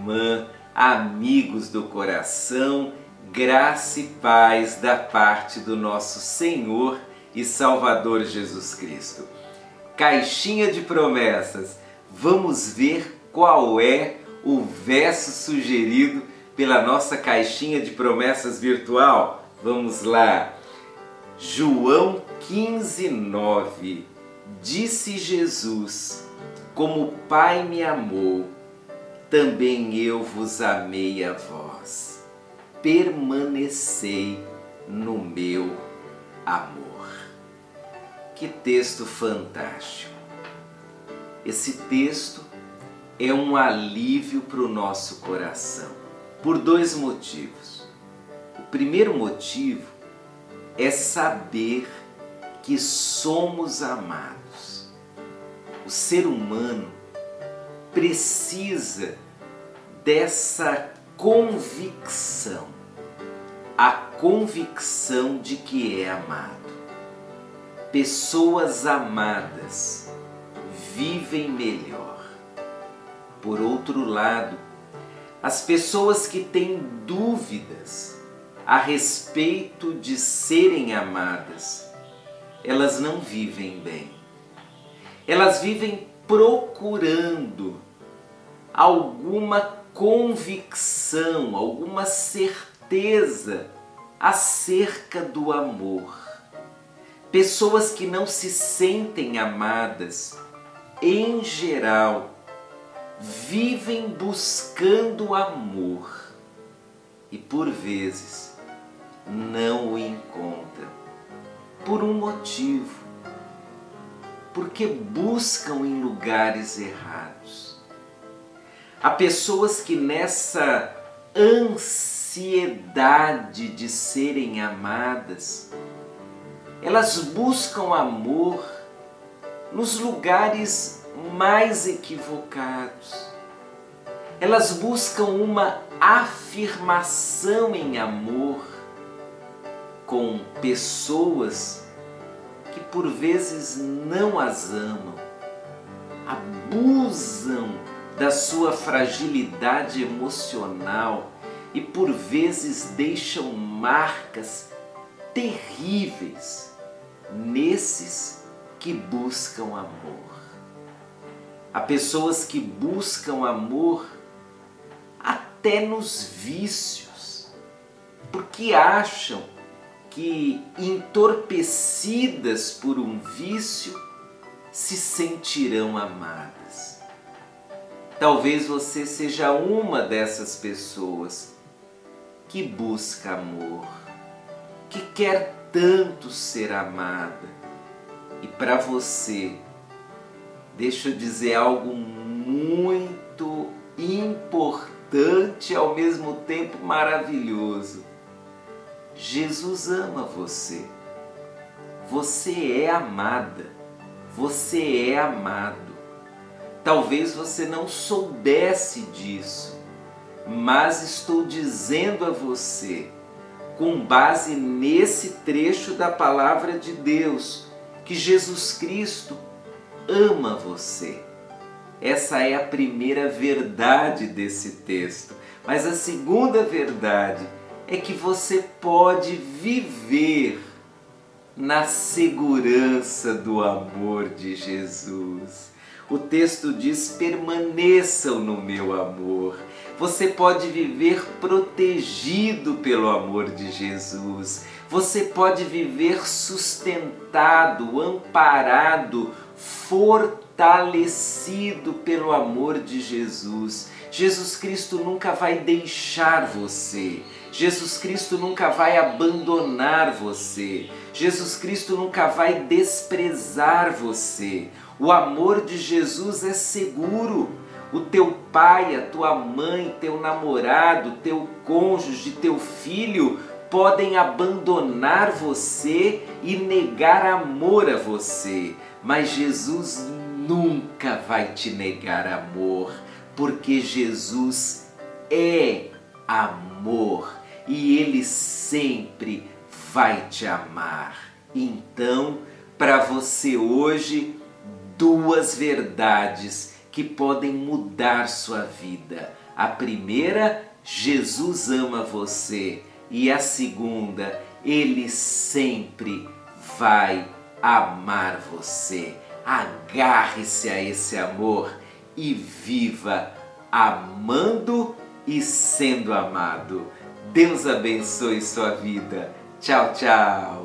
irmã, amigos do coração, graça e paz da parte do nosso Senhor e Salvador Jesus Cristo. Caixinha de promessas, vamos ver qual é o verso sugerido pela nossa caixinha de promessas virtual? Vamos lá! João 15:9. Disse Jesus: como o Pai me amou, também eu vos amei a vós. Permanecei no meu amor. Que texto fantástico! Esse texto é um alívio para o nosso coração, por dois motivos. O primeiro motivo é saber que somos amados. O ser humano precisa dessa convicção, a convicção de que é amado. Pessoas amadas vivem melhor. Por outro lado, as pessoas que têm dúvidas a respeito de serem amadas, elas não vivem bem. Elas vivem procurando alguma convicção, alguma certeza acerca do amor. Pessoas que não se sentem amadas, em geral, vivem buscando amor e, por vezes, não o encontram. Por um motivo: porque buscam em lugares errados. Há pessoas que nessa ansiedade de serem amadas, elas buscam amor nos lugares mais equivocados. Elas buscam uma afirmação em amor com pessoas que por vezes não as amam, abusam da sua fragilidade emocional e por vezes deixam marcas terríveis nesses que buscam amor. Há pessoas que buscam amor até nos vícios, porque acham que, entorpecidas por um vício, se sentirão amadas. Talvez você seja uma dessas pessoas que busca amor, que quer tanto ser amada. E para você, deixa eu dizer algo muito importante e ao mesmo tempo maravilhoso. Jesus ama você. Você é amada. Você é amado. Talvez você não soubesse disso, mas estou dizendo a você, com base nesse trecho da palavra de Deus, que Jesus Cristo ama você. Essa é a primeira verdade desse texto. Mas a segunda verdade é que você pode viver na segurança do amor de Jesus. O texto diz: permaneçam no meu amor. Você pode viver protegido pelo amor de Jesus. Você pode viver sustentado, amparado, fortalecido pelo amor de Jesus. Jesus Cristo nunca vai deixar você. Jesus Cristo nunca vai abandonar você. Jesus Cristo nunca vai desprezar você. O amor de Jesus é seguro. O teu pai, a tua mãe, teu namorado, teu cônjuge, teu filho podem abandonar você e negar amor a você, mas Jesus nunca vai te negar amor, porque Jesus é amor e Ele sempre vai te amar. Então, para você hoje, duas verdades que podem mudar sua vida. A primeira, Jesus ama você. E a segunda, Ele sempre vai amar você. Agarre-se a esse amor e viva amando e sendo amado. Deus abençoe sua vida. Tchau, tchau.